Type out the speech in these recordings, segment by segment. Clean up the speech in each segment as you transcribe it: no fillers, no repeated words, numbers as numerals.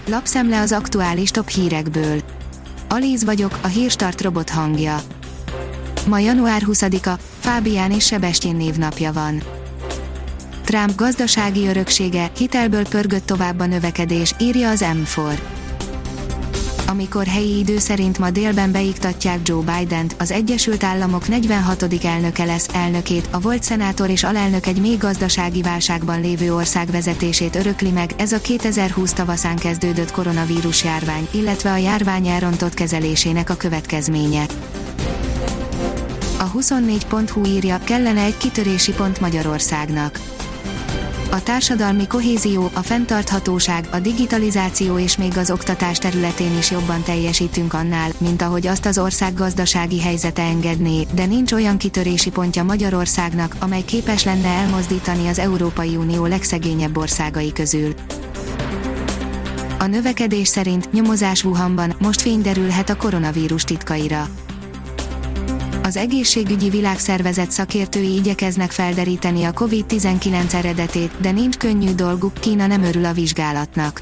Lapszemle az aktuális top hírekből. Alíz vagyok, a Hírstart robot hangja. Ma január 20-a, Fábián és Sebestyén névnapja van. Trump gazdasági öröksége, hitelből pörgött tovább a növekedés, írja az M4. Amikor helyi idő szerint ma délben beiktatják Joe Bident, az Egyesült Államok 46. elnöke lesz, elnökét, a volt szenátor és alelnök egy még gazdasági válságban lévő ország vezetését örökli meg, ez a 2020 tavaszán kezdődött koronavírus járvány, illetve a járvány elrontott kezelésének a következménye. A 24.hu írja, kellene egy kitörési pont Magyarországnak. A társadalmi kohézió, a fenntarthatóság, a digitalizáció és még az oktatás területén is jobban teljesítünk annál, mint ahogy azt az ország gazdasági helyzete engedné, de nincs olyan kitörési pontja Magyarországnak, amely képes lenne elmozdítani az Európai Unió legszegényebb országai közül. A növekedés szerint nyomozás Wuhanban, most fény derülhet a koronavírus titkaira. Az egészségügyi világszervezet szakértői igyekeznek felderíteni a COVID-19 eredetét, de nincs könnyű dolguk, Kína nem örül a vizsgálatnak.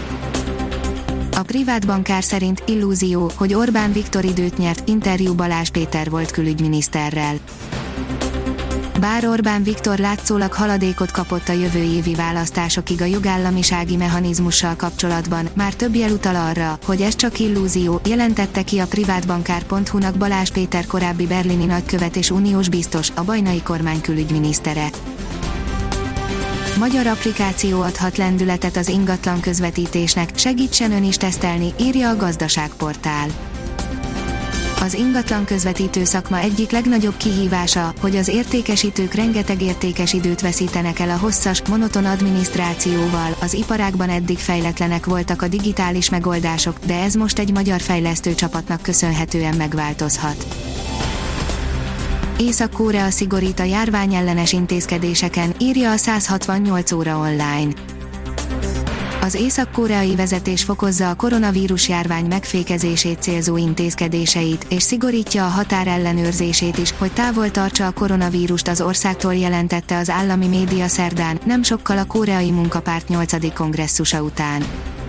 A privát bankár szerint illúzió, hogy Orbán Viktor időt nyert, interjú Balázs Péter volt külügyminiszterrel. Bár Orbán Viktor látszólag haladékot kapott a jövő évi választásokig a jogállamisági mechanizmussal kapcsolatban, már több jel utal arra, hogy ez csak illúzió, jelentette ki a privátbankár.hu-nak Balázs Péter korábbi berlini nagykövet és uniós biztos, a bajnai kormány külügyminisztere. Magyar applikáció adhat lendületet az ingatlan közvetítésnek, segítsen ön is tesztelni, írja a Gazdaságportál. Az ingatlan közvetítő szakma egyik legnagyobb kihívása, hogy az értékesítők rengeteg értékes időt veszítenek el a hosszas, monoton adminisztrációval, az iparágban eddig fejletlenek voltak a digitális megoldások, de ez most egy magyar fejlesztő csapatnak köszönhetően megváltozhat. Észak-Korea szigorít a járványellenes intézkedéseken, írja a 168 óra online. Az észak-koreai vezetés fokozza a koronavírus járvány megfékezését célzó intézkedéseit, és szigorítja a határ ellenőrzését is, hogy távol tartsa a koronavírust az országtól, jelentette az állami média szerdán, nem sokkal a koreai munkapárt 8. kongresszusa után.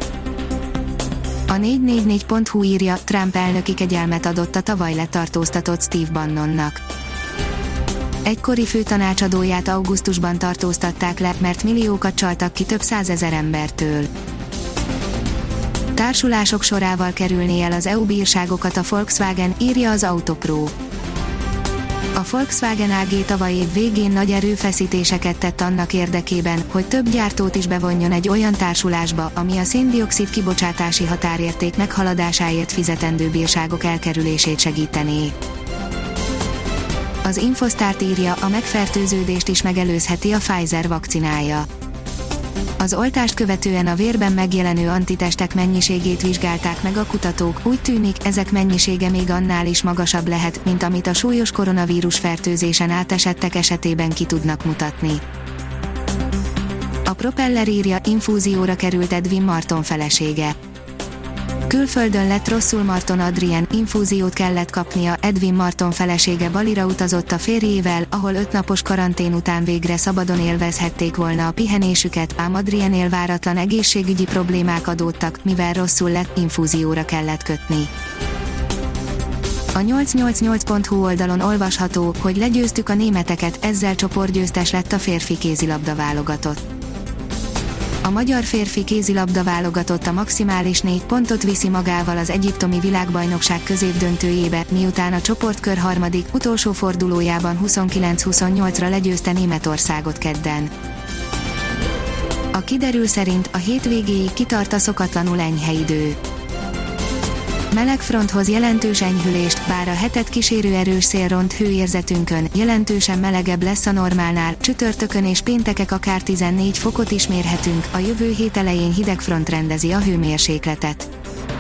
A 444.hu írja, Trump elnöki kegyelmet adott a tavaly letartóztatott Steve Bannonnak. Egykori főtanácsadóját augusztusban tartóztatták le, mert milliókat csaltak ki több százezer embertől. Társulások sorával kerülné el az EU bírságokat a Volkswagen, írja az Autopro. A Volkswagen AG tavaly év végén nagy erőfeszítéseket tett annak érdekében, hogy több gyártót is bevonjon egy olyan társulásba, ami a szén-dioxid kibocsátási határérték meghaladásáért fizetendő bírságok elkerülését segítené. Az Infosztárt írja, a megfertőződést is megelőzheti a Pfizer vakcinája. Az oltást követően a vérben megjelenő antitestek mennyiségét vizsgálták meg a kutatók, úgy tűnik, ezek mennyisége még annál is magasabb lehet, mint amit a súlyos koronavírus fertőzésen átesettek esetében ki tudnak mutatni. A Propeller írja, infúzióra került Edwin Marton felesége. Külföldön lett rosszul Marton Adrien, infúziót kellett kapnia, Edwin Marton felesége Balira utazott a férjével, ahol 5 napos karantén után végre szabadon élvezhették volna a pihenésüket, ám Adrienél váratlan egészségügyi problémák adódtak, mivel rosszul lett, infúzióra kellett kötni. A 888.hu oldalon olvasható, hogy legyőztük a németeket, ezzel csoportgyőztes lett a férfi kézilabda válogatott. A magyar férfi kézilabda válogatott a maximális 4 pontot viszi magával az egyiptomi világbajnokság középdöntőjébe, miután a csoportkör harmadik, utolsó fordulójában 29-28-ra legyőzte Németországot kedden. A kiderül szerint a hétvégéig kitart a szokatlanul enyhe idő. Meleg fronthoz jelentős enyhülést, bár a hetet kísérő erős szél ront hőérzetünkön, jelentősen melegebb lesz a normálnál, csütörtökön és péntekek akár 14 fokot is mérhetünk, a jövő hét elején hideg front rendezi a hőmérsékletet.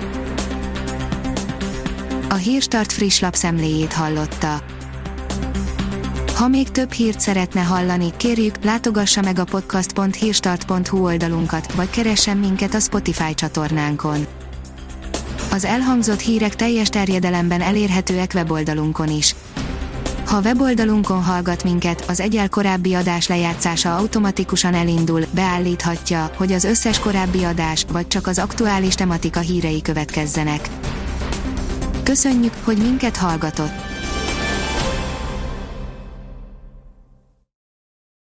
A Hírstart friss lapszemléjét hallotta. Ha még több hírt szeretne hallani, kérjük, látogassa meg a podcast.hírstart.hu oldalunkat, vagy keressen minket a Spotify csatornánkon. Az elhangzott hírek teljes terjedelemben elérhetőek weboldalunkon is. Ha a weboldalunkon hallgat minket, az egyel korábbi adás lejátszása automatikusan elindul, beállíthatja, hogy az összes korábbi adás, vagy csak az aktuális tematika hírei következzenek. Köszönjük, hogy minket hallgatott!